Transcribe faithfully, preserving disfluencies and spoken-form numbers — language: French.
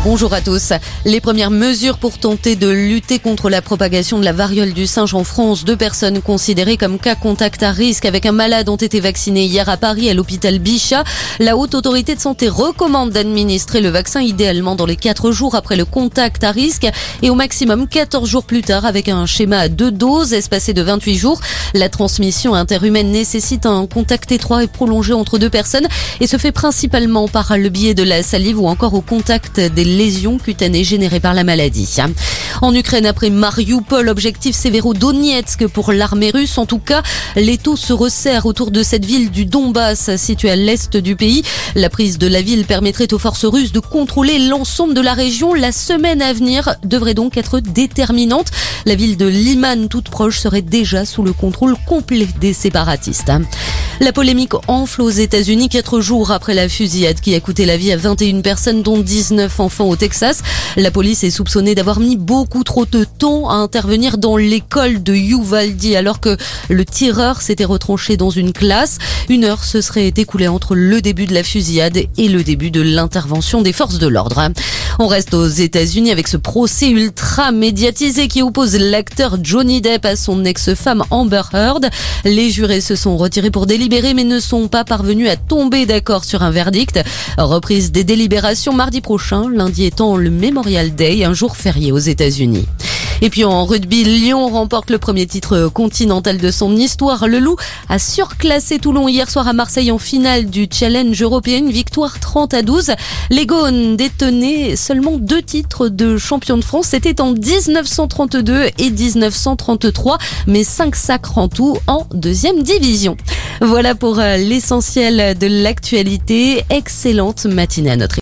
Bonjour à tous. Les premières mesures pour tenter de lutter contre la propagation de la variole du singe en France. Deux personnes considérées comme cas contact à risque avec un malade ont été vaccinées hier à Paris à l'hôpital Bichat. La Haute Autorité de Santé recommande d'administrer le vaccin idéalement dans les quatre jours après le contact à risque et au maximum quatorze jours plus tard avec un schéma à deux doses espacé de vingt-huit jours. La transmission interhumaine nécessite un contact étroit et prolongé entre deux personnes et se fait principalement par le biais de la salive ou encore au contact des lésions cutanées générées par la maladie. En Ukraine, après Mariupol, objectif Severodonetsk pour l'armée russe. En tout cas, l'étau se resserre autour de cette ville du Donbass, située à l'est du pays. La prise de la ville permettrait aux forces russes de contrôler l'ensemble de la région. La semaine à venir devrait donc être déterminante. La ville de Liman, toute proche, serait déjà sous le contrôle complet des séparatistes. La polémique enfle aux États-Unis quatre jours après la fusillade qui a coûté la vie à vingt et une personnes, dont dix-neuf enfants au Texas. La police est soupçonnée d'avoir mis beaucoup trop de temps à intervenir dans l'école de Uvalde alors que le tireur s'était retranché dans une classe. Une heure se serait écoulée entre le début de la fusillade et le début de l'intervention des forces de l'ordre. On reste aux États-Unis avec ce procès ultra médiatisé qui oppose l'acteur Johnny Depp à son ex-femme Amber Heard. Les jurés se sont retirés pour délibérer mais ne sont pas parvenus à tomber d'accord sur un verdict. Reprise des délibérations mardi prochain, lundi étant le Memorial Day, un jour férié aux États-Unis. Et puis en rugby, Lyon remporte le premier titre continental de son histoire. Le Loup a surclassé Toulon hier soir à Marseille en finale du Challenge européen, une victoire trente à douze. Les Gaunes détenaient seulement deux titres de champion de France. C'était en dix-neuf cent trente-deux et dix-neuf cent trente-trois, mais cinq sacres en tout en deuxième division. Voilà pour l'essentiel de l'actualité. Excellente matinée à notre